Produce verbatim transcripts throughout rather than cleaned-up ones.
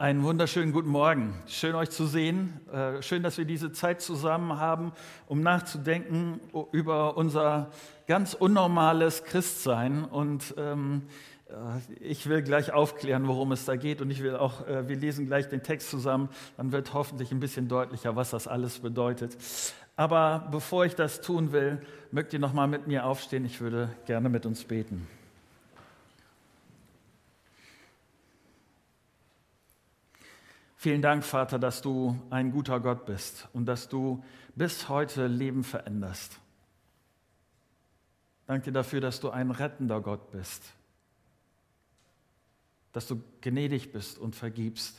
Einen wunderschönen guten Morgen. Schön, euch zu sehen. Schön, dass wir diese Zeit zusammen haben, um nachzudenken über unser ganz unnormales Christsein. Und ähm, ich will gleich aufklären, worum es da geht. Und ich will auch, äh, wir lesen gleich den Text zusammen. Dann wird hoffentlich ein bisschen deutlicher, was das alles bedeutet. Aber bevor ich das tun will, mögt ihr noch mal mit mir aufstehen. Ich würde gerne mit uns beten. Vielen Dank, Vater, dass du ein guter Gott bist und dass du bis heute Leben veränderst. Danke dir dafür, dass du ein rettender Gott bist, dass du gnädig bist und vergibst,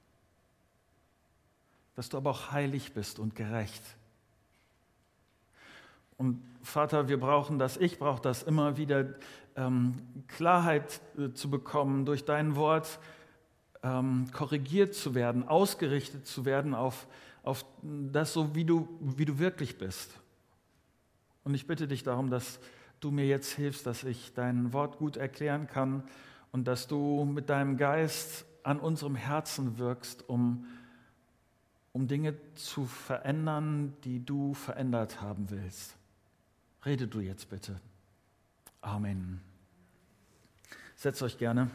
dass du aber auch heilig bist und gerecht. Und Vater, wir brauchen das, ich brauche das immer wieder, ähm, Klarheit äh, zu bekommen durch dein Wort, Ähm, korrigiert zu werden, ausgerichtet zu werden auf, auf das, so wie du, wie du wirklich bist. Und ich bitte dich darum, dass du mir jetzt hilfst, dass ich dein Wort gut erklären kann und dass du mit deinem Geist an unserem Herzen wirkst, um, um Dinge zu verändern, die du verändert haben willst. Rede du jetzt bitte. Amen. Setzt euch gerne.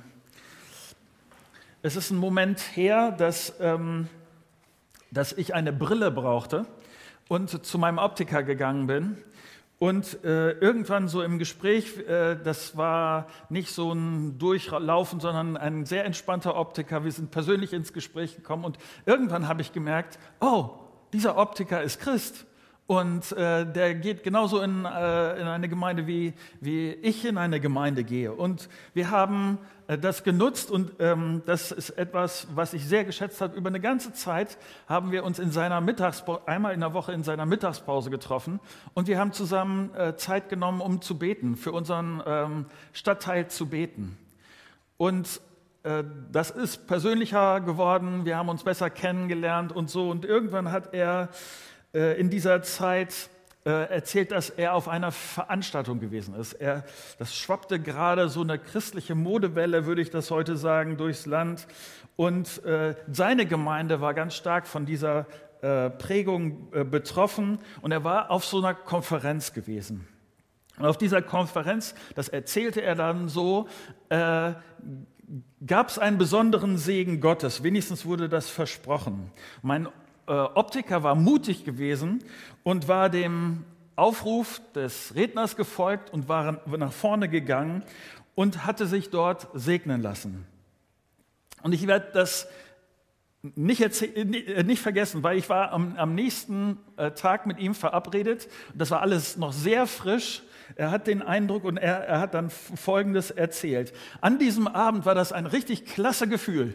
Es ist ein Moment her, dass, ähm, dass ich eine Brille brauchte und zu meinem Optiker gegangen bin. Und äh, irgendwann so im Gespräch, äh, das war nicht so ein Durchlaufen, sondern ein sehr entspannter Optiker. Wir sind persönlich ins Gespräch gekommen und irgendwann habe ich gemerkt, oh, dieser Optiker ist Christ. Und äh, der geht genauso in, äh, in eine Gemeinde, wie, wie ich in eine Gemeinde gehe. Und wir haben äh, das genutzt und ähm, das ist etwas, was ich sehr geschätzt habe. Über eine ganze Zeit haben wir uns in seiner Mittagspause, einmal in der Woche in seiner Mittagspause getroffen und wir haben zusammen äh, Zeit genommen, um zu beten, für unseren ähm, Stadtteil zu beten. Und äh, das ist persönlicher geworden, wir haben uns besser kennengelernt und so. Und irgendwann hat er in dieser Zeit äh, erzählt, dass er auf einer Veranstaltung gewesen ist. Er, das schwappte gerade so eine christliche Modewelle, würde ich das heute sagen, durchs Land. Und äh, seine Gemeinde war ganz stark von dieser äh, Prägung äh, betroffen. Und er war auf so einer Konferenz gewesen. Und auf dieser Konferenz, das erzählte er dann so, äh, gab es einen besonderen Segen Gottes. Wenigstens wurde das versprochen. Mein Optiker war mutig gewesen und war dem Aufruf des Redners gefolgt und war nach vorne gegangen und hatte sich dort segnen lassen. Und ich werde das nicht, nicht vergessen, weil ich war am, am nächsten Tag mit ihm verabredet. Das war alles noch sehr frisch. Er hat den Eindruck und er, er hat dann Folgendes erzählt. An diesem Abend war das ein richtig klasse Gefühl.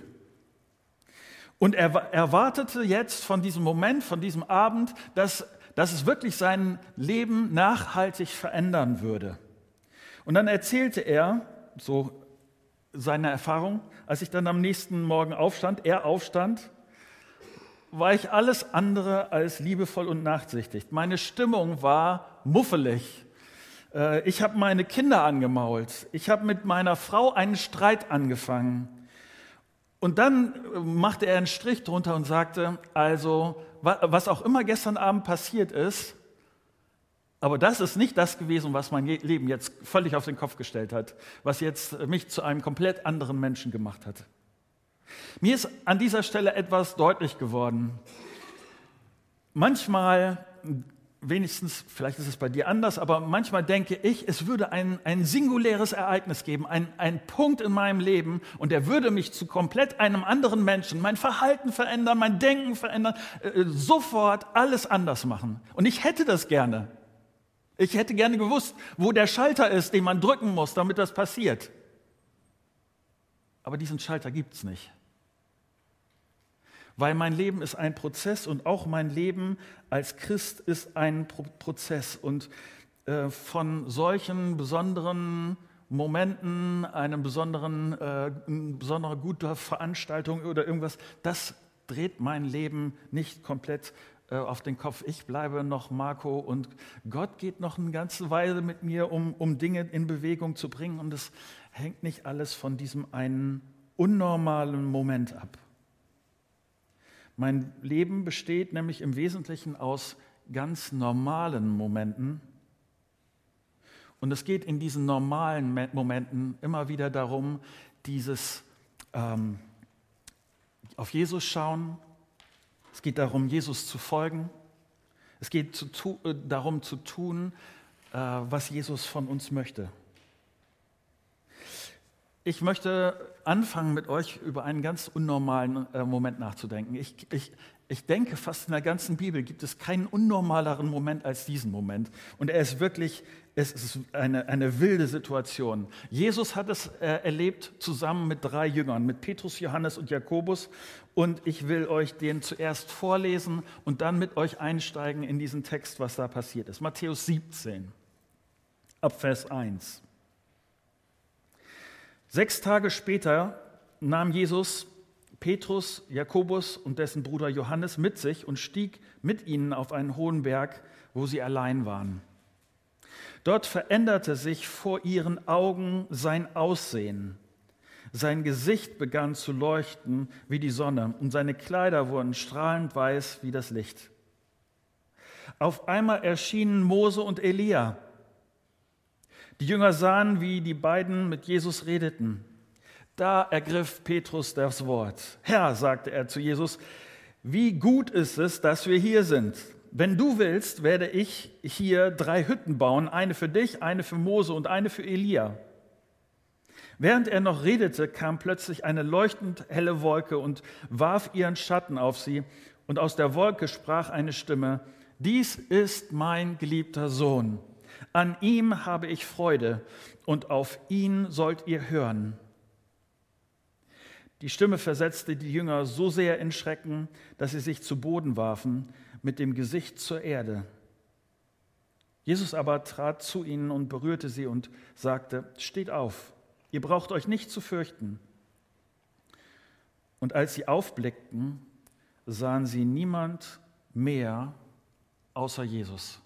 Und er erwartete jetzt von diesem Moment, von diesem Abend, dass, dass es wirklich sein Leben nachhaltig verändern würde. Und dann erzählte er, so seine Erfahrung, als ich dann am nächsten Morgen aufstand, er aufstand, war ich alles andere als liebevoll und nachsichtig. Meine Stimmung war muffelig. Ich habe meine Kinder angemault. Ich habe mit meiner Frau einen Streit angefangen. Und dann machte er einen Strich drunter und sagte, also, was auch immer gestern Abend passiert ist, aber das ist nicht das gewesen, was mein Leben jetzt völlig auf den Kopf gestellt hat, was jetzt mich zu einem komplett anderen Menschen gemacht hat. Mir ist an dieser Stelle etwas deutlich geworden. Manchmal, wenigstens, vielleicht ist es bei dir anders, aber manchmal denke ich, es würde ein, ein singuläres Ereignis geben, ein, ein Punkt in meinem Leben und der würde mich zu komplett einem anderen Menschen, mein Verhalten verändern, mein Denken verändern, äh, sofort alles anders machen. Und ich hätte das gerne. Ich hätte gerne gewusst, wo der Schalter ist, den man drücken muss, damit das passiert. Aber diesen Schalter gibt es nicht. Weil mein Leben ist ein Prozess und auch mein Leben als Christ ist ein Pro- Prozess. Und äh, von solchen besonderen Momenten, einem besonderen, äh, eine besondere gute Veranstaltung oder irgendwas, das dreht mein Leben nicht komplett äh, auf den Kopf. Ich bleibe noch Marco und Gott geht noch eine ganze Weile mit mir, um, um Dinge in Bewegung zu bringen. Und es hängt nicht alles von diesem einen unnormalen Moment ab. Mein Leben besteht nämlich im Wesentlichen aus ganz normalen Momenten. Und es geht in diesen normalen Momenten immer wieder darum, dieses ähm, auf Jesus schauen. Es geht darum, Jesus zu folgen. Es geht zu tu- äh, darum zu tun, äh, was Jesus von uns möchte. Ich möchte anfangen, mit euch über einen ganz unnormalen äh, Moment nachzudenken. Ich, ich, ich denke, fast in der ganzen Bibel gibt es keinen unnormaleren Moment als diesen Moment. Und er ist wirklich, es ist eine, eine wilde Situation. Jesus hat es äh, erlebt zusammen mit drei Jüngern, mit Petrus, Johannes und Jakobus. Und ich will euch den zuerst vorlesen und dann mit euch einsteigen in diesen Text, was da passiert ist. Matthäus siebzehn, ab Vers eins. Sechs Tage später nahm Jesus Petrus, Jakobus und dessen Bruder Johannes mit sich und stieg mit ihnen auf einen hohen Berg, wo sie allein waren. Dort veränderte sich vor ihren Augen sein Aussehen. Sein Gesicht begann zu leuchten wie die Sonne und seine Kleider wurden strahlend weiß wie das Licht. Auf einmal erschienen Mose und Elia. Die Jünger sahen, wie die beiden mit Jesus redeten. Da ergriff Petrus das Wort. Herr, sagte er zu Jesus, wie gut ist es, dass wir hier sind. Wenn du willst, werde ich hier drei Hütten bauen, eine für dich, eine für Mose und eine für Elia. Während er noch redete, kam plötzlich eine leuchtend helle Wolke und warf ihren Schatten auf sie. Und aus der Wolke sprach eine Stimme, dies ist mein geliebter Sohn. An ihm habe ich Freude und auf ihn sollt ihr hören. Die Stimme versetzte die Jünger so sehr in Schrecken, dass sie sich zu Boden warfen, mit dem Gesicht zur Erde. Jesus aber trat zu ihnen und berührte sie und sagte, steht auf, ihr braucht euch nicht zu fürchten. Und als sie aufblickten, sahen sie niemand mehr außer Jesus.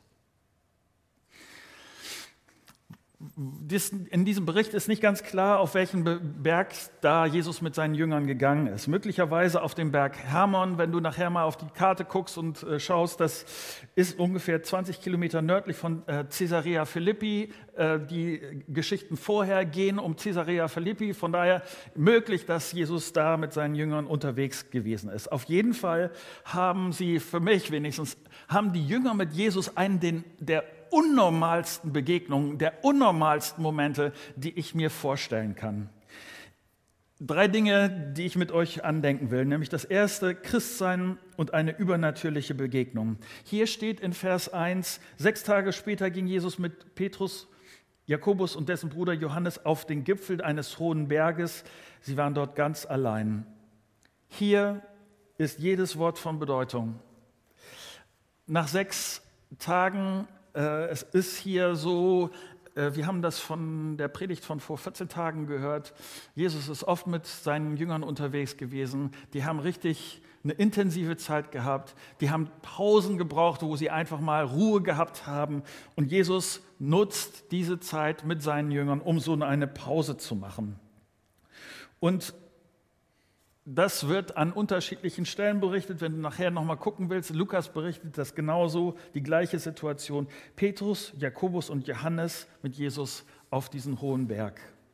In diesem Bericht ist nicht ganz klar, auf welchen Berg da Jesus mit seinen Jüngern gegangen ist. Möglicherweise auf dem Berg Hermon, wenn du nachher mal auf die Karte guckst und äh, schaust, das ist ungefähr zwanzig Kilometer nördlich von äh, Caesarea Philippi. Äh, die Geschichten vorher gehen um Caesarea Philippi, von daher möglich, dass Jesus da mit seinen Jüngern unterwegs gewesen ist. Auf jeden Fall haben sie, für mich wenigstens, haben die Jünger mit Jesus einen den, der unnormalsten Begegnungen, der unnormalsten Momente, die ich mir vorstellen kann. Drei Dinge, die ich mit euch andenken will, nämlich das erste, Christsein und eine übernatürliche Begegnung. Hier steht in Vers eins, sechs Tage später ging Jesus mit Petrus, Jakobus und dessen Bruder Johannes auf den Gipfel eines hohen Berges. Sie waren dort ganz allein. Hier ist jedes Wort von Bedeutung. Nach sechs Tagen Es ist hier so, wir haben das von der Predigt von vor vierzehn Tagen gehört. Jesus ist oft mit seinen Jüngern unterwegs gewesen. Die haben richtig eine intensive Zeit gehabt. Die haben Pausen gebraucht, wo sie einfach mal Ruhe gehabt haben. Und Jesus nutzt diese Zeit mit seinen Jüngern, um so eine Pause zu machen. Und das wird an unterschiedlichen Stellen berichtet. Wenn du nachher nochmal gucken willst, Lukas berichtet das genauso, die gleiche Situation. Petrus, Jakobus und Johannes mit Jesus auf diesen hohen Berg.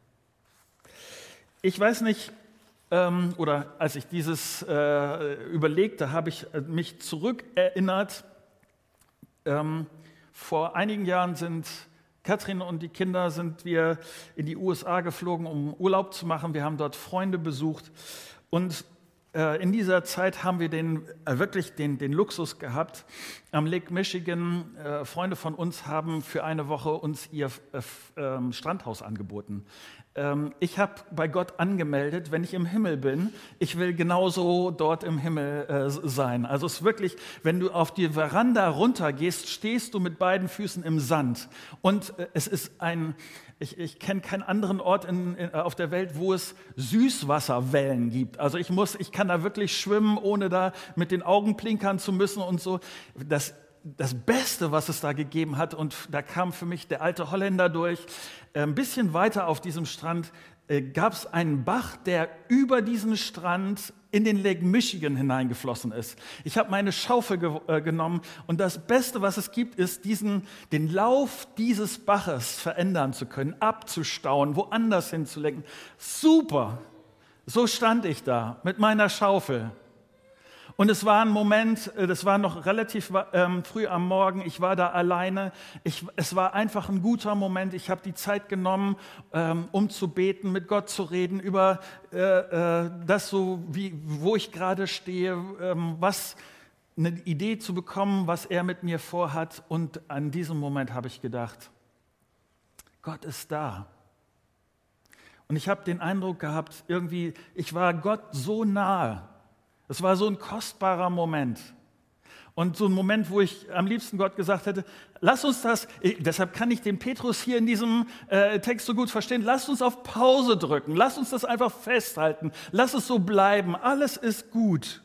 Ich weiß nicht, ähm, oder als ich dieses äh, überlegte, habe ich mich zurückerinnert. Ähm, vor einigen Jahren sind Katrin und die Kinder sind wir in die U S A geflogen, um Urlaub zu machen. Wir haben dort Freunde besucht. Und äh, in dieser Zeit haben wir den, äh, wirklich den, den Luxus gehabt. Am Lake Michigan, äh, Freunde von uns haben für eine Woche uns ihr äh, äh, Strandhaus angeboten. Ähm, ich habe bei Gott angemeldet, wenn ich im Himmel bin, ich will genauso dort im Himmel äh, sein. Also es ist wirklich, wenn du auf die Veranda runtergehst, stehst du mit beiden Füßen im Sand. Und äh, es ist ein... Ich, ich kenne keinen anderen Ort in, in, auf der Welt, wo es Süßwasserwellen gibt. Also ich muss, ich kann da wirklich schwimmen, ohne da mit den Augen plinkern zu müssen und so. Das, das Beste, was es da gegeben hat, und da kam für mich der alte Holländer durch, ein bisschen weiter auf diesem Strand äh, gab es einen Bach, der über diesen Strand in den Lake Michigan hineingeflossen ist. Ich habe meine Schaufel ge- äh, genommen und das Beste, was es gibt, ist, diesen, den Lauf dieses Baches verändern zu können, abzustauen, woanders hinzulenken. Super! So stand ich da mit meiner Schaufel. Und es war ein Moment, das war noch relativ ähm, früh am Morgen, ich war da alleine. Ich, es war einfach ein guter Moment. Ich habe die Zeit genommen, ähm, um zu beten, mit Gott zu reden, über äh, äh, das, so wie, wo ich gerade stehe, ähm, was, eine Idee zu bekommen, was er mit mir vorhat. Und an diesem Moment habe ich gedacht, Gott ist da. Und ich habe den Eindruck gehabt, irgendwie, ich war Gott so nahe. Es war so ein kostbarer Moment. Und so ein Moment, wo ich am liebsten Gott gesagt hätte, lass uns das, deshalb kann ich den Petrus hier in diesem äh, Text so gut verstehen, lass uns auf Pause drücken, lass uns das einfach festhalten, lass es so bleiben, alles ist gut.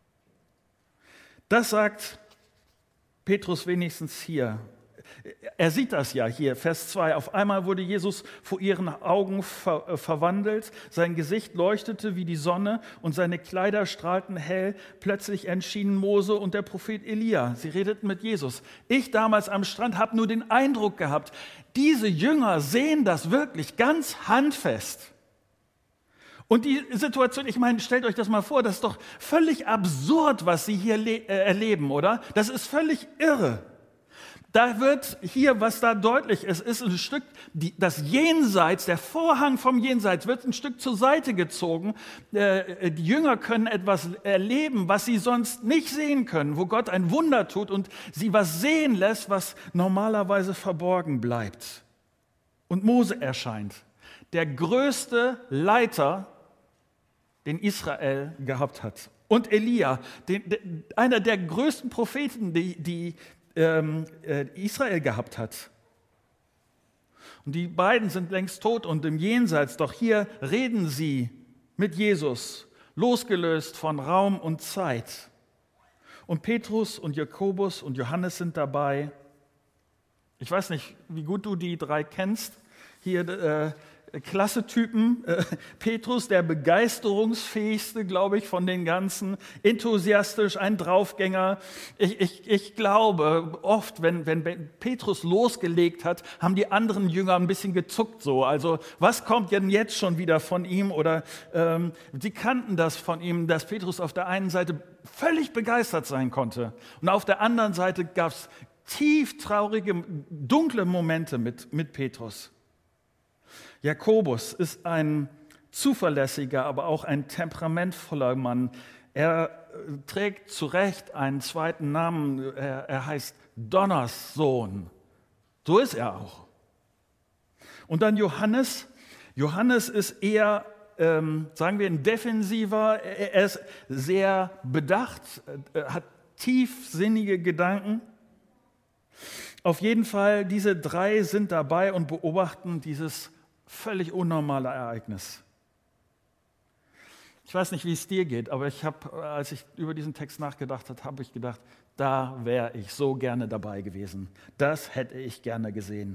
Das sagt Petrus wenigstens hier. Er sieht das ja hier, Vers zwei. Auf einmal wurde Jesus vor ihren Augen ver- äh, verwandelt. Sein Gesicht leuchtete wie die Sonne und seine Kleider strahlten hell. Plötzlich erschienen Mose und der Prophet Elia. Sie redeten mit Jesus. Ich damals am Strand habe nur den Eindruck gehabt, diese Jünger sehen das wirklich ganz handfest. Und die Situation, ich meine, stellt euch das mal vor, das ist doch völlig absurd, was sie hier le- äh, erleben, oder? Das ist völlig irre. Da wird hier, was da deutlich ist, ist ein Stück, die, das Jenseits, der Vorhang vom Jenseits wird ein Stück zur Seite gezogen. Äh, die Jünger können etwas erleben, was sie sonst nicht sehen können, wo Gott ein Wunder tut und sie was sehen lässt, was normalerweise verborgen bleibt. Und Mose erscheint, der größte Leiter, den Israel gehabt hat. Und Elia, den, der, einer der größten Propheten, die, die Ähm, äh, Israel gehabt hat. Und die beiden sind längst tot und im Jenseits, doch hier reden sie mit Jesus, losgelöst von Raum und Zeit. Und Petrus und Jakobus und Johannes sind dabei. Ich weiß nicht, wie gut du die drei kennst. Hier äh, klasse Typen. Äh, Petrus, der begeisterungsfähigste, glaube ich, von den ganzen. Enthusiastisch, ein Draufgänger. Ich, ich, ich glaube, oft, wenn, wenn Petrus losgelegt hat, haben die anderen Jünger ein bisschen gezuckt so. Also, was kommt denn jetzt schon wieder von ihm? Oder ähm, sie kannten das von ihm, dass Petrus auf der einen Seite völlig begeistert sein konnte. Und auf der anderen Seite gab es tief traurige, dunkle Momente mit, mit Petrus. Jakobus ist ein zuverlässiger, aber auch ein temperamentvoller Mann. Er trägt zu Recht einen zweiten Namen. Er, er heißt Donners Sohn. So ist er auch. Und dann Johannes. Johannes ist eher, ähm, sagen wir, ein defensiver. Er, er ist sehr bedacht, er hat tiefsinnige Gedanken. Auf jeden Fall, diese drei sind dabei und beobachten dieses völlig unnormale Ereignis. Ich weiß nicht, wie es dir geht, aber ich habe, als ich über diesen Text nachgedacht habe, habe ich gedacht, da wäre ich so gerne dabei gewesen. Das hätte ich gerne gesehen.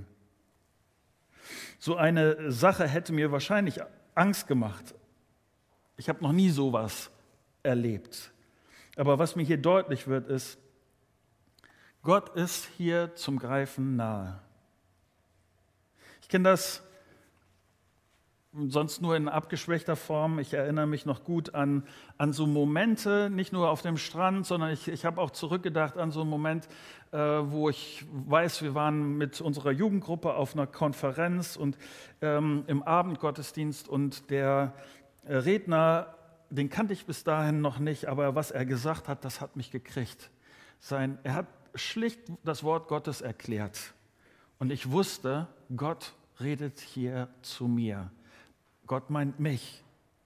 So eine Sache hätte mir wahrscheinlich Angst gemacht. Ich habe noch nie sowas erlebt. Aber was mir hier deutlich wird, ist, Gott ist hier zum Greifen nahe. Ich kenne das sonst nur in abgeschwächter Form. Ich erinnere mich noch gut an, an so Momente, nicht nur auf dem Strand, sondern ich, ich habe auch zurückgedacht an so einen Moment, äh, wo ich weiß, wir waren mit unserer Jugendgruppe auf einer Konferenz und ähm, im Abendgottesdienst und der Redner, den kannte ich bis dahin noch nicht, aber was er gesagt hat, das hat mich gekriegt. Sein, er hat schlicht das Wort Gottes erklärt und ich wusste, Gott redet hier zu mir. Gott meint mich.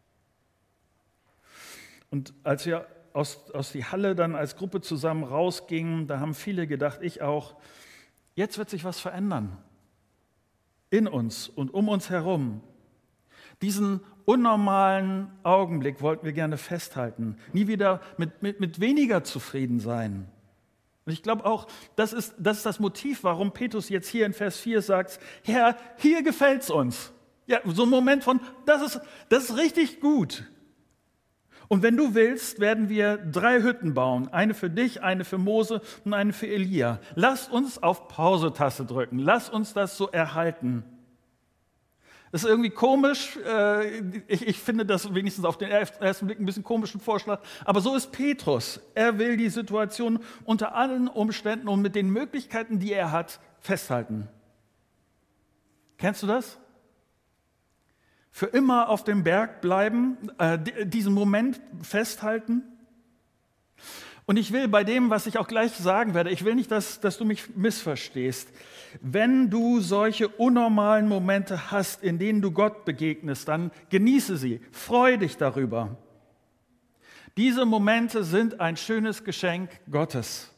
Und als wir aus, aus die Halle dann als Gruppe zusammen rausgingen, da haben viele gedacht, ich auch, jetzt wird sich was verändern. In uns und um uns herum. Diesen unnormalen Augenblick wollten wir gerne festhalten. Nie wieder mit, mit, mit weniger zufrieden sein. Und ich glaube auch, das ist, das ist das Motiv, warum Petrus jetzt hier in Vers vier sagt, Herr, hier gefällt's uns. Ja, so ein Moment von, das ist, das ist richtig gut. Und wenn du willst, werden wir drei Hütten bauen. Eine für dich, eine für Mose und eine für Elia. Lass uns auf Pause-Taste drücken. Lass uns das so erhalten. Das ist irgendwie komisch. Ich, ich finde das wenigstens auf den ersten Blick ein bisschen komischen Vorschlag. Aber so ist Petrus. Er will die Situation unter allen Umständen und mit den Möglichkeiten, die er hat, festhalten. Kennst du das? Für immer auf dem Berg bleiben, äh, diesen Moment festhalten. Und ich will bei dem, was ich auch gleich sagen werde, ich will nicht, dass, dass du mich missverstehst. Wenn du solche unnormalen Momente hast, in denen du Gott begegnest, dann genieße sie, freu dich darüber. Diese Momente sind ein schönes Geschenk Gottes.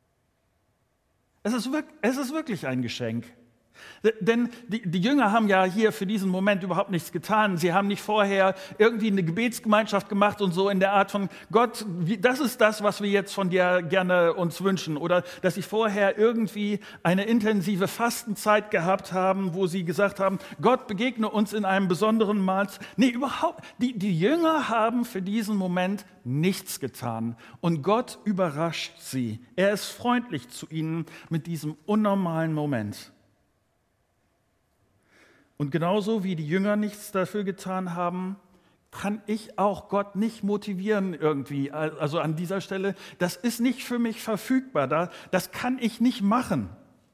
Es ist, wirklich, es ist wirklich ein Geschenk. Denn die, die Jünger haben ja hier für diesen Moment überhaupt nichts getan. Sie haben nicht vorher irgendwie eine Gebetsgemeinschaft gemacht und so in der Art von Gott, wie, das ist das, was wir jetzt von dir gerne uns wünschen. Oder dass sie vorher irgendwie eine intensive Fastenzeit gehabt haben, wo sie gesagt haben, Gott begegne uns in einem besonderen Maß. Nee, überhaupt, die, die Jünger haben für diesen Moment nichts getan. Und Gott überrascht sie. Er ist freundlich zu ihnen mit diesem unnormalen Moment. Und genauso wie die Jünger nichts dafür getan haben, kann ich auch Gott nicht motivieren irgendwie. Also an dieser Stelle, das ist nicht für mich verfügbar, das kann ich nicht machen.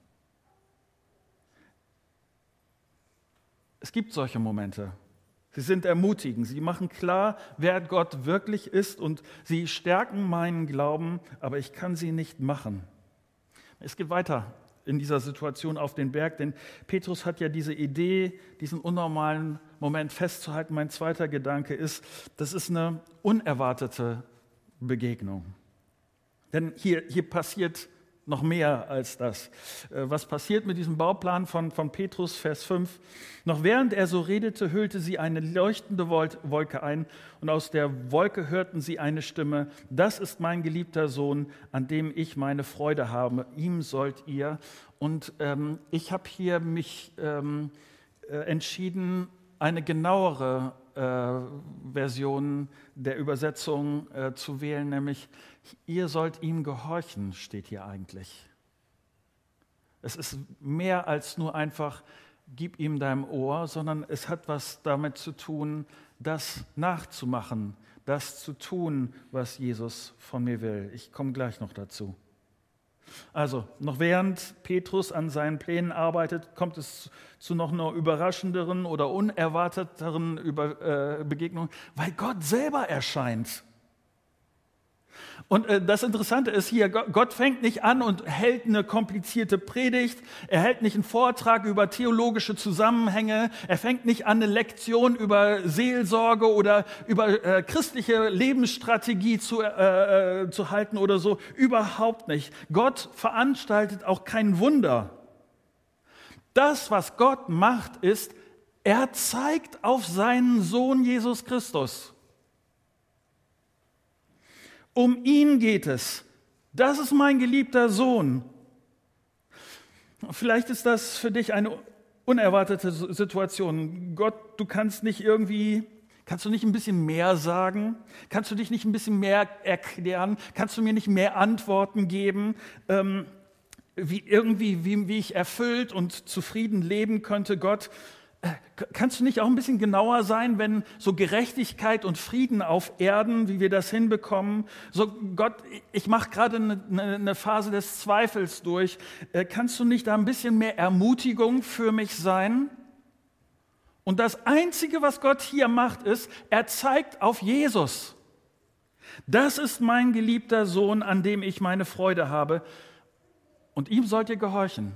Es gibt solche Momente. Sie sind ermutigend, sie machen klar, wer Gott wirklich ist und sie stärken meinen Glauben, aber ich kann sie nicht machen. Es geht weiter in dieser Situation auf den Berg, denn Petrus hat ja diese Idee, diesen unnormalen Moment festzuhalten. Mein zweiter Gedanke ist, das ist eine unerwartete Begegnung. Denn hier, hier passiert noch mehr als das. Was passiert mit diesem Bauplan von, von Petrus, Vers fünf? Noch während er so redete, hüllte sie eine leuchtende Wolke ein und aus der Wolke hörten sie eine Stimme, das ist mein geliebter Sohn, an dem ich meine Freude habe, ihm sollt ihr. Und ähm, ich habe hier mich ähm, äh, entschieden, eine genauere äh, Version der Übersetzung äh, zu wählen, nämlich ihr sollt ihm gehorchen, steht hier eigentlich. Es ist mehr als nur einfach, gib ihm dein Ohr, sondern es hat was damit zu tun, das nachzumachen, das zu tun, was Jesus von mir will. Ich komme gleich noch dazu. Also, noch während Petrus an seinen Plänen arbeitet, kommt es zu noch einer überraschenderen oder unerwarteteren Über, äh, Begegnung, weil Gott selber erscheint. Und äh, das Interessante ist hier, Gott fängt nicht an und hält eine komplizierte Predigt, er hält nicht einen Vortrag über theologische Zusammenhänge, er fängt nicht an, eine Lektion über Seelsorge oder über äh, christliche Lebensstrategie zu, äh, äh, zu halten oder so, überhaupt nicht. Gott veranstaltet auch kein Wunder. Das, was Gott macht, ist, er zeigt auf seinen Sohn Jesus Christus. Um ihn geht es. Das ist mein geliebter Sohn. Vielleicht ist das für dich eine unerwartete Situation. Gott, du kannst nicht irgendwie, kannst du nicht ein bisschen mehr sagen? Kannst du dich nicht ein bisschen mehr erklären? Kannst du mir nicht mehr Antworten geben, ähm, wie irgendwie, wie, wie ich erfüllt und zufrieden leben könnte, Gott? Kannst du nicht auch ein bisschen genauer sein, wenn so Gerechtigkeit und Frieden auf Erden, wie wir das hinbekommen, so Gott, ich mache gerade eine, eine Phase des Zweifels durch, kannst du nicht da ein bisschen mehr Ermutigung für mich sein? Und das Einzige, was Gott hier macht, ist, er zeigt auf Jesus. Das ist mein geliebter Sohn, an dem ich meine Freude habe, und ihm sollt ihr gehorchen.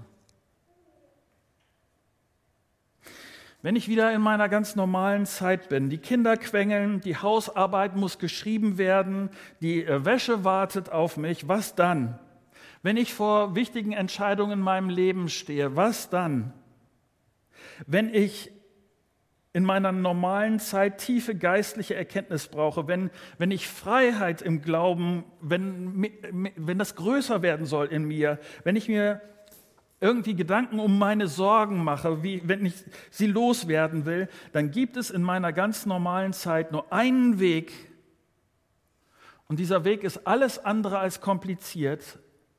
Wenn ich wieder in meiner ganz normalen Zeit bin, die Kinder quengeln, die Hausarbeit muss geschrieben werden, die Wäsche wartet auf mich, was dann? Wenn ich vor wichtigen Entscheidungen in meinem Leben stehe, was dann? Wenn ich in meiner normalen Zeit tiefe geistliche Erkenntnis brauche, wenn, wenn ich Freiheit im Glauben, wenn, wenn das größer werden soll in mir, wenn ich mir irgendwie Gedanken um meine Sorgen mache, wie wenn ich sie loswerden will, dann gibt es in meiner ganz normalen Zeit nur einen Weg. Und dieser Weg ist alles andere als kompliziert.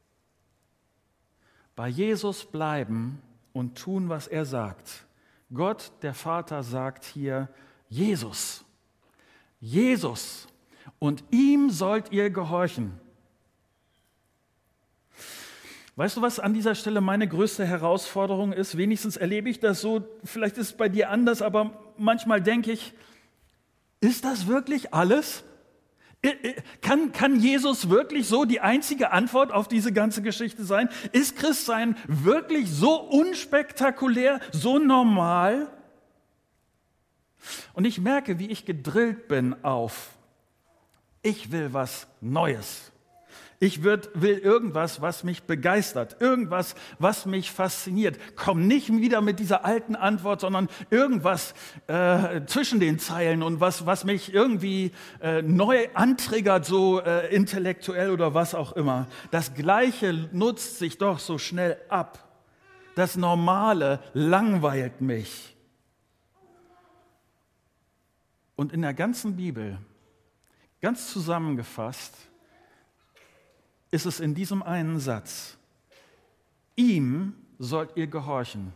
Bei Jesus bleiben und tun, was er sagt. Gott, der Vater, sagt hier, Jesus, Jesus, und ihm sollt ihr gehorchen. Weißt du, was an dieser Stelle meine größte Herausforderung ist? Wenigstens erlebe ich das so, vielleicht ist es bei dir anders, aber manchmal denke ich, ist das wirklich alles? Kann, kann Jesus wirklich so die einzige Antwort auf diese ganze Geschichte sein? Ist Christsein wirklich so unspektakulär, so normal? Und ich merke, wie ich gedrillt bin auf, ich will was Neues. Ich will irgendwas, was mich begeistert, irgendwas, was mich fasziniert. Komm nicht wieder mit dieser alten Antwort, sondern irgendwas äh, zwischen den Zeilen und was, was mich irgendwie äh, neu antriggert, so äh, intellektuell oder was auch immer. Das Gleiche nutzt sich doch so schnell ab. Das Normale langweilt mich. Und in der ganzen Bibel, ganz zusammengefasst, ist es in diesem einen Satz: Ihm sollt ihr gehorchen.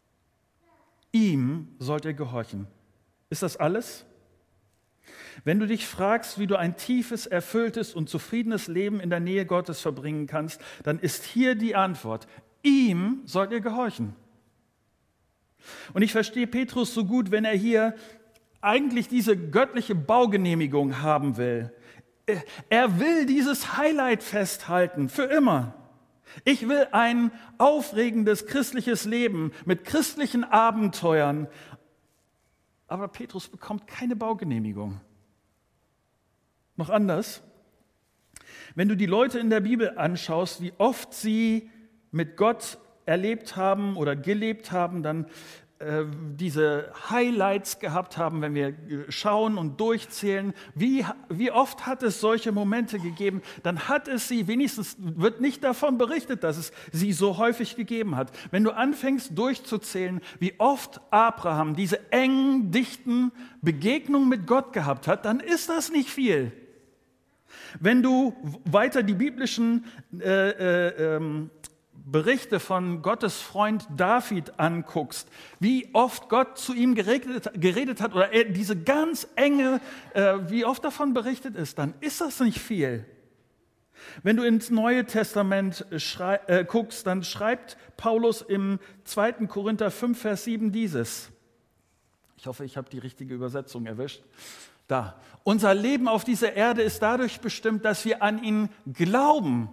Ihm sollt ihr gehorchen. Ist das alles? Wenn du dich fragst, wie du ein tiefes, erfülltes und zufriedenes Leben in der Nähe Gottes verbringen kannst, dann ist hier die Antwort: Ihm sollt ihr gehorchen. Und ich verstehe Petrus so gut, wenn er hier eigentlich diese göttliche Baugenehmigung haben will. Er will dieses Highlight festhalten, für immer. Ich will ein aufregendes christliches Leben mit christlichen Abenteuern. Aber Petrus bekommt keine Baugenehmigung. Noch anders. Wenn du die Leute in der Bibel anschaust, wie oft sie mit Gott erlebt haben oder gelebt haben, dann äh, diese Highlights gehabt haben, wenn wir schauen und durchzählen, wie, wie oft hat es solche Momente gegeben, dann hat es sie, wenigstens wird nicht davon berichtet, dass es sie so häufig gegeben hat. Wenn du anfängst durchzuzählen, wie oft Abraham diese engen, dichten Begegnungen mit Gott gehabt hat, dann ist das nicht viel. Wenn du weiter die biblischen äh, äh, ähm, Berichte von Gottes Freund David anguckst, wie oft Gott zu ihm geredet, geredet hat oder er diese ganz enge, äh, wie oft davon berichtet ist, dann ist das nicht viel. Wenn du ins Neue Testament schrei- äh, guckst, dann schreibt Paulus im zweiten Korinther fünf, Vers sieben dieses. Ich hoffe, ich habe die richtige Übersetzung erwischt. Da. Unser Leben auf dieser Erde ist dadurch bestimmt, dass wir an ihn glauben.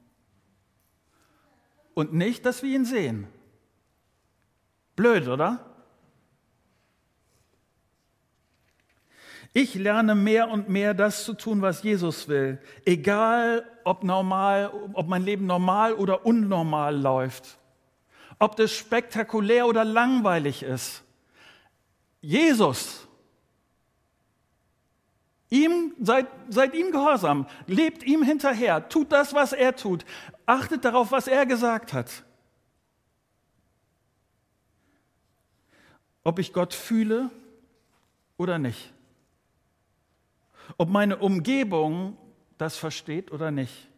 Und nicht, dass wir ihn sehen. Blöd, oder? Ich lerne mehr und mehr das zu tun, was Jesus will. Egal, ob normal, ob mein Leben normal oder unnormal läuft. Ob das spektakulär oder langweilig ist. Jesus. Ihm, seid, seid ihm gehorsam, lebt ihm hinterher, tut das, was er tut, achtet darauf, was er gesagt hat. Ob ich Gott fühle oder nicht. Ob meine Umgebung das versteht oder nicht.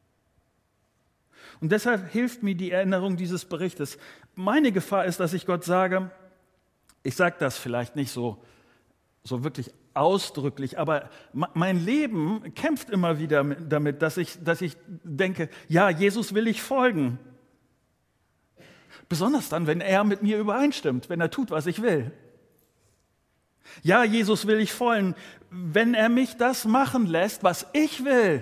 Und deshalb hilft mir die Erinnerung dieses Berichtes. Meine Gefahr ist, dass ich Gott sage, ich sage das vielleicht nicht so, so wirklich ausdrücklich, aber mein Leben kämpft immer wieder damit, dass ich, dass ich denke, ja, Jesus will ich folgen. Besonders dann, wenn er mit mir übereinstimmt, wenn er tut, was ich will. Ja, Jesus will ich folgen, wenn er mich das machen lässt, was ich will.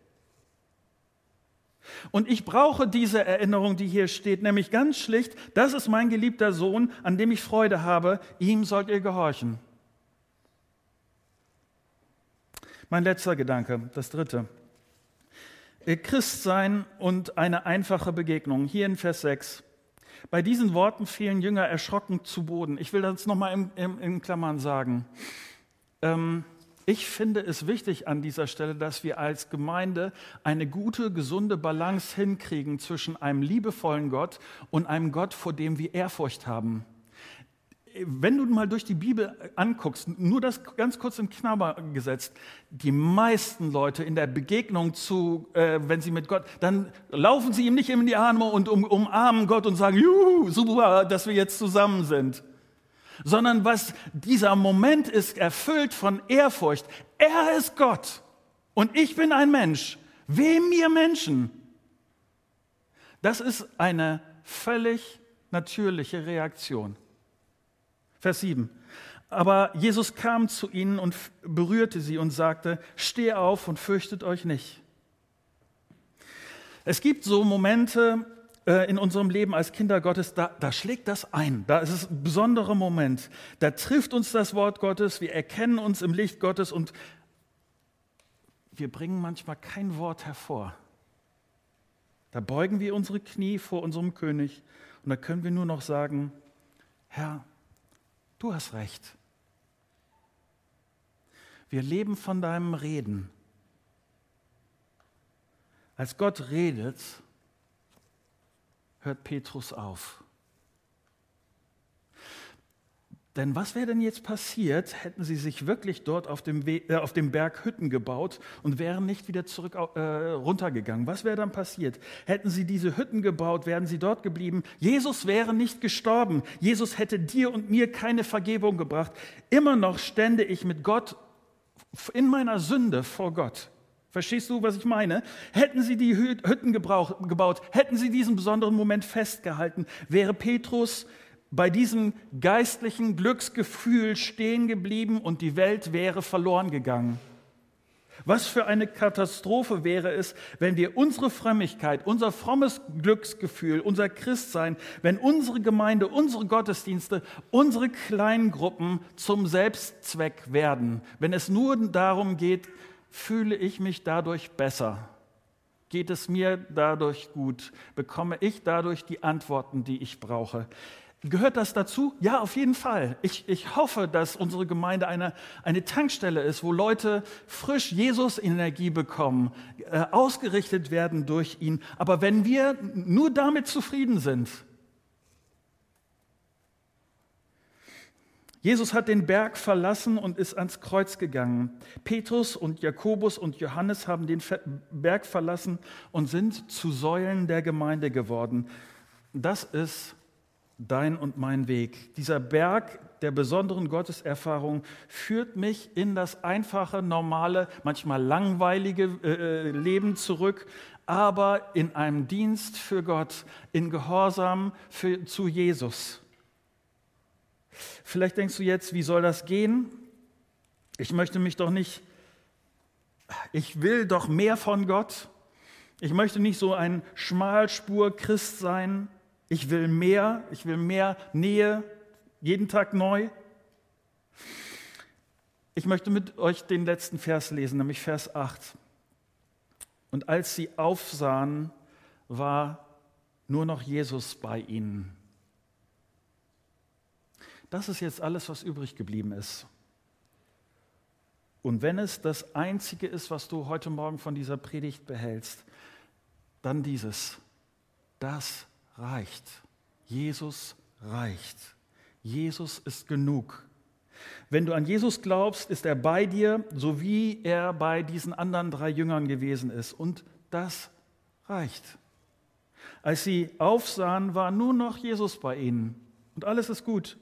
Und ich brauche diese Erinnerung, die hier steht, nämlich ganz schlicht, das ist mein geliebter Sohn, an dem ich Freude habe, ihm sollt ihr gehorchen. Mein letzter Gedanke, das dritte. Christsein und eine einfache Begegnung. Hier in Vers sechs. Bei diesen Worten fielen Jünger erschrocken zu Boden. Ich will das nochmal in, in, in Klammern sagen. Ähm, Ich finde es wichtig an dieser Stelle, dass wir als Gemeinde eine gute, gesunde Balance hinkriegen zwischen einem liebevollen Gott und einem Gott, vor dem wir Ehrfurcht haben. Wenn du mal durch die Bibel anguckst, nur das ganz kurz in Knabber gesetzt, die meisten Leute in der Begegnung zu, äh, wenn sie mit Gott, dann laufen sie ihm nicht in die Arme und um, umarmen Gott und sagen, juhu, super, dass wir jetzt zusammen sind. Sondern was dieser Moment ist, erfüllt von Ehrfurcht. Er ist Gott und ich bin ein Mensch. Weh mir Menschen. Das ist eine völlig natürliche Reaktion. Vers sieben. Aber Jesus kam zu ihnen und berührte sie und sagte, steh auf und fürchtet euch nicht. Es gibt so Momente äh, in unserem Leben als Kinder Gottes, da, da schlägt das ein. Da ist es ein besonderer Moment. Da trifft uns das Wort Gottes, wir erkennen uns im Licht Gottes und wir bringen manchmal kein Wort hervor. Da beugen wir unsere Knie vor unserem König und da können wir nur noch sagen, Herr, du hast recht. Wir leben von deinem Reden. Als Gott redet, hört Petrus auf. Denn was wäre denn jetzt passiert, hätten sie sich wirklich dort auf dem, We- äh, auf dem Berg Hütten gebaut und wären nicht wieder zurück äh, runtergegangen? Was wäre dann passiert? Hätten sie diese Hütten gebaut, wären sie dort geblieben? Jesus wäre nicht gestorben. Jesus hätte dir und mir keine Vergebung gebracht. Immer noch stände ich mit Gott in meiner Sünde vor Gott. Verstehst du, was ich meine? Hätten sie die Hütten gebrauch, gebaut, hätten sie diesen besonderen Moment festgehalten, wäre Petrus bei diesem geistlichen Glücksgefühl stehen geblieben und die Welt wäre verloren gegangen. Was für eine Katastrophe wäre es, wenn wir unsere Frömmigkeit, unser frommes Glücksgefühl, unser Christsein, wenn unsere Gemeinde, unsere Gottesdienste, unsere kleinen Gruppen zum Selbstzweck werden. Wenn es nur darum geht, fühle ich mich dadurch besser? Geht es mir dadurch gut? Bekomme ich dadurch die Antworten, die ich brauche? Gehört das dazu? Ja, auf jeden Fall. Ich, ich hoffe, dass unsere Gemeinde eine, eine Tankstelle ist, wo Leute frisch Jesus-Energie bekommen, äh, ausgerichtet werden durch ihn. Aber wenn wir nur damit zufrieden sind, Jesus hat den Berg verlassen und ist ans Kreuz gegangen. Petrus und Jakobus und Johannes haben den Berg verlassen und sind zu Säulen der Gemeinde geworden. Das ist dein und mein Weg. Dieser Berg der besonderen Gotteserfahrung führt mich in das einfache, normale, manchmal langweilige äh, Leben zurück, aber in einem Dienst für Gott, in Gehorsam für, zu Jesus. Vielleicht denkst du jetzt, wie soll das gehen? Ich möchte mich doch nicht, ich will doch mehr von Gott. Ich möchte nicht so ein Schmalspur-Christ sein. Ich will mehr, ich will mehr Nähe, jeden Tag neu. Ich möchte mit euch den letzten Vers lesen, nämlich Vers acht. Und als sie aufsahen, war nur noch Jesus bei ihnen. Das ist jetzt alles, was übrig geblieben ist. Und wenn es das Einzige ist, was du heute Morgen von dieser Predigt behältst, dann dieses, das reicht. Jesus reicht. Jesus ist genug. Wenn du an Jesus glaubst, ist er bei dir, so wie er bei diesen anderen drei Jüngern gewesen ist. Und das reicht. Als sie aufsahen, war nur noch Jesus bei ihnen. Und alles ist gut.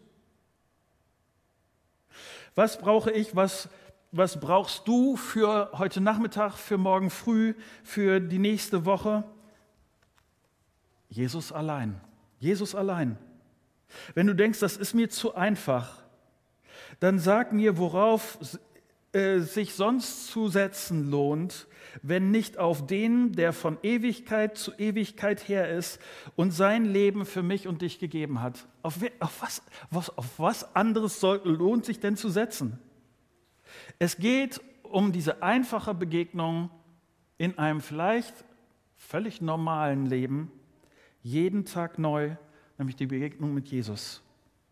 Was brauche ich, was, was brauchst du für heute Nachmittag, für morgen früh, für die nächste Woche? Jesus allein. Jesus allein. Wenn du denkst, das ist mir zu einfach, dann sag mir, worauf äh, sich sonst zu setzen lohnt, wenn nicht auf den, der von Ewigkeit zu Ewigkeit her ist und sein Leben für mich und dich gegeben hat. Auf, auf, was, was, auf was anderes soll, lohnt sich denn zu setzen? Es geht um diese einfache Begegnung in einem vielleicht völlig normalen Leben, jeden Tag neu, nämlich die Begegnung mit Jesus.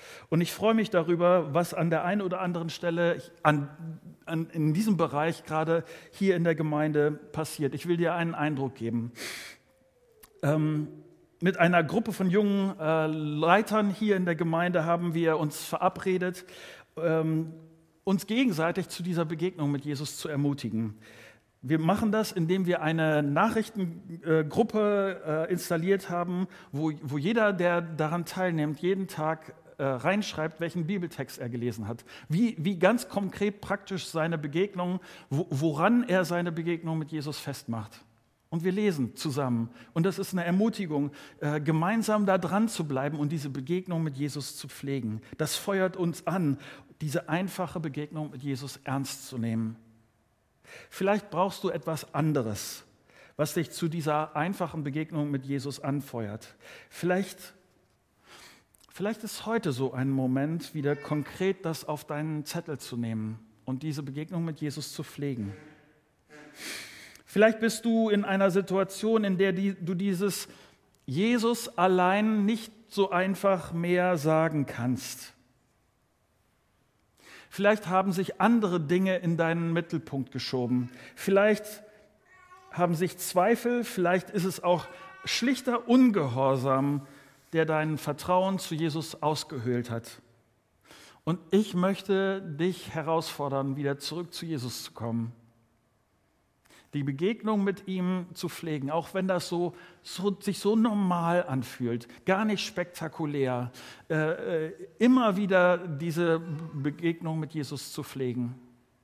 Und ich freue mich darüber, was an der einen oder anderen Stelle an, an, in diesem Bereich gerade hier in der Gemeinde passiert. Ich will dir einen Eindruck geben. Ähm, mit einer Gruppe von jungen äh, Leitern hier in der Gemeinde haben wir uns verabredet, ähm, uns gegenseitig zu dieser Begegnung mit Jesus zu ermutigen. Wir machen das, indem wir eine Nachrichtengruppe äh, installiert haben, wo, wo jeder, der daran teilnimmt, jeden Tag äh, reinschreibt, welchen Bibeltext er gelesen hat. Wie, wie ganz konkret praktisch seine Begegnung, wo, woran er seine Begegnung mit Jesus festmacht. Und wir lesen zusammen. Und das ist eine Ermutigung, äh, gemeinsam da dran zu bleiben und diese Begegnung mit Jesus zu pflegen. Das feuert uns an, diese einfache Begegnung mit Jesus ernst zu nehmen. Vielleicht brauchst du etwas anderes, was dich zu dieser einfachen Begegnung mit Jesus anfeuert. Vielleicht, vielleicht ist heute so ein Moment, wieder konkret das auf deinen Zettel zu nehmen und diese Begegnung mit Jesus zu pflegen. Vielleicht bist du in einer Situation, in der du dieses Jesus allein nicht so einfach mehr sagen kannst. Vielleicht haben sich andere Dinge in deinen Mittelpunkt geschoben. Vielleicht haben sich Zweifel, vielleicht ist es auch schlichter Ungehorsam, der dein Vertrauen zu Jesus ausgehöhlt hat. Und ich möchte dich herausfordern, wieder zurück zu Jesus zu kommen. Die Begegnung mit ihm zu pflegen, auch wenn das so, so, sich so normal anfühlt, gar nicht spektakulär, äh, äh, immer wieder diese Begegnung mit Jesus zu pflegen.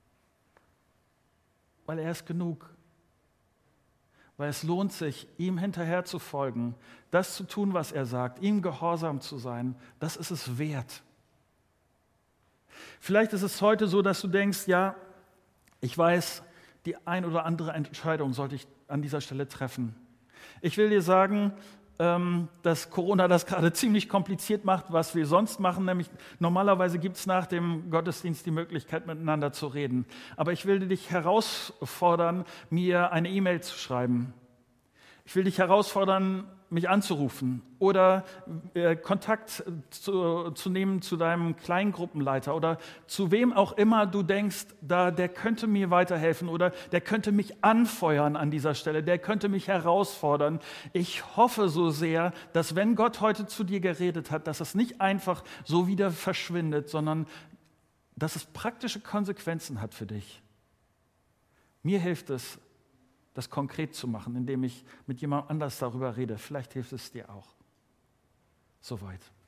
Weil er ist genug. Weil es lohnt sich, ihm hinterher zu folgen, das zu tun, was er sagt, ihm gehorsam zu sein, das ist es wert. Vielleicht ist es heute so, dass du denkst, ja, ich weiß, die ein oder andere Entscheidung sollte ich an dieser Stelle treffen. Ich will dir sagen, dass Corona das gerade ziemlich kompliziert macht, was wir sonst machen, nämlich normalerweise gibt es nach dem Gottesdienst die Möglichkeit, miteinander zu reden. Aber ich will dich herausfordern, mir eine E-Mail zu schreiben. Ich will dich herausfordern, mich anzurufen oder äh, Kontakt zu, zu nehmen zu deinem Kleingruppenleiter oder zu wem auch immer du denkst, da, der könnte mir weiterhelfen oder der könnte mich anfeuern an dieser Stelle, der könnte mich herausfordern. Ich hoffe so sehr, dass wenn Gott heute zu dir geredet hat, dass es nicht einfach so wieder verschwindet, sondern dass es praktische Konsequenzen hat für dich. Mir hilft es, das konkret zu machen, indem ich mit jemand anders darüber rede. Vielleicht hilft es dir auch. Soweit.